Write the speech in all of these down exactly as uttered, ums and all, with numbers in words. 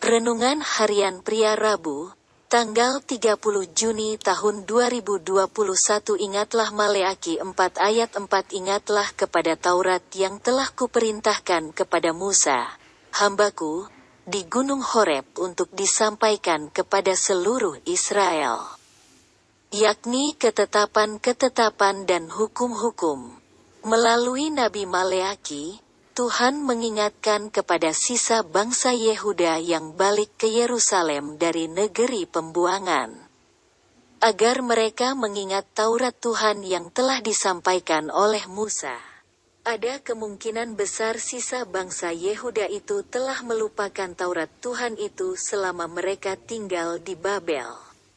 Renungan Harian Pria Rabu, tanggal tiga puluh Juni tahun dua ribu dua puluh satu. Ingatlah Maleaki empat ayat empat. Ingatlah kepada Taurat yang telah kuperintahkan kepada Musa, hambaku, di Gunung Horeb untuk disampaikan kepada seluruh Israel. Yakni ketetapan-ketetapan dan hukum-hukum. Melalui Nabi Maleaki, Tuhan mengingatkan kepada sisa bangsa Yehuda yang balik ke Yerusalem dari negeri pembuangan, agar mereka mengingat Taurat Tuhan yang telah disampaikan oleh Musa. Ada kemungkinan besar sisa bangsa Yehuda itu telah melupakan Taurat Tuhan itu selama mereka tinggal di Babel.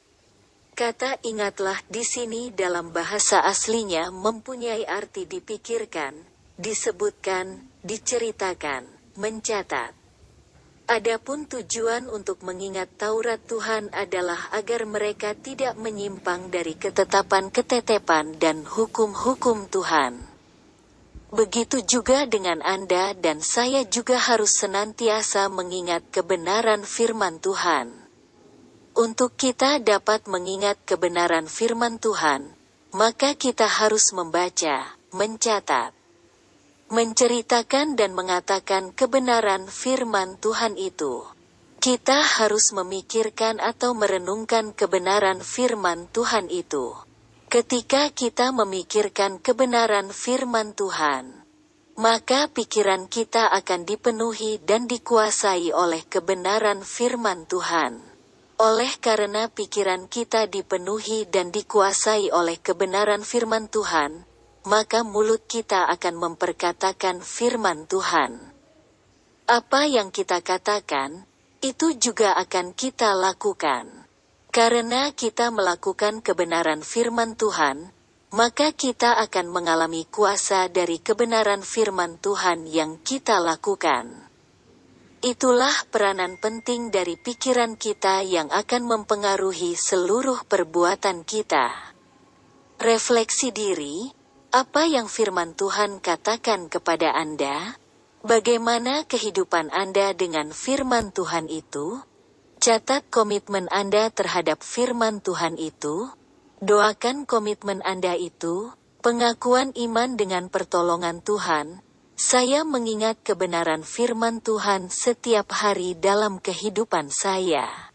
Kata ingatlah di sini dalam bahasa aslinya mempunyai arti dipikirkan, disebutkan, diceritakan, mencatat. Adapun tujuan untuk mengingat Taurat Tuhan adalah agar mereka tidak menyimpang dari ketetapan-ketetapan dan hukum-hukum Tuhan. Begitu juga dengan Anda dan saya juga harus senantiasa mengingat kebenaran firman Tuhan. Untuk kita dapat mengingat kebenaran firman Tuhan, maka kita harus membaca, mencatat, menceritakan dan mengatakan kebenaran firman Tuhan itu. Kita harus memikirkan atau merenungkan kebenaran firman Tuhan itu. Ketika kita memikirkan kebenaran firman Tuhan, maka pikiran kita akan dipenuhi dan dikuasai oleh kebenaran firman Tuhan. Oleh karena pikiran kita dipenuhi dan dikuasai oleh kebenaran firman Tuhan, maka mulut kita akan memperkatakan firman Tuhan. Apa yang kita katakan, itu juga akan kita lakukan. Karena kita melakukan kebenaran firman Tuhan, maka kita akan mengalami kuasa dari kebenaran firman Tuhan yang kita lakukan. Itulah peranan penting dari pikiran kita yang akan mempengaruhi seluruh perbuatan kita. Refleksi diri. Apa yang firman Tuhan katakan kepada Anda? Bagaimana kehidupan Anda dengan firman Tuhan itu? Catat komitmen Anda terhadap firman Tuhan itu. Doakan komitmen Anda itu, pengakuan iman dengan pertolongan Tuhan. Saya mengingat kebenaran firman Tuhan setiap hari dalam kehidupan saya.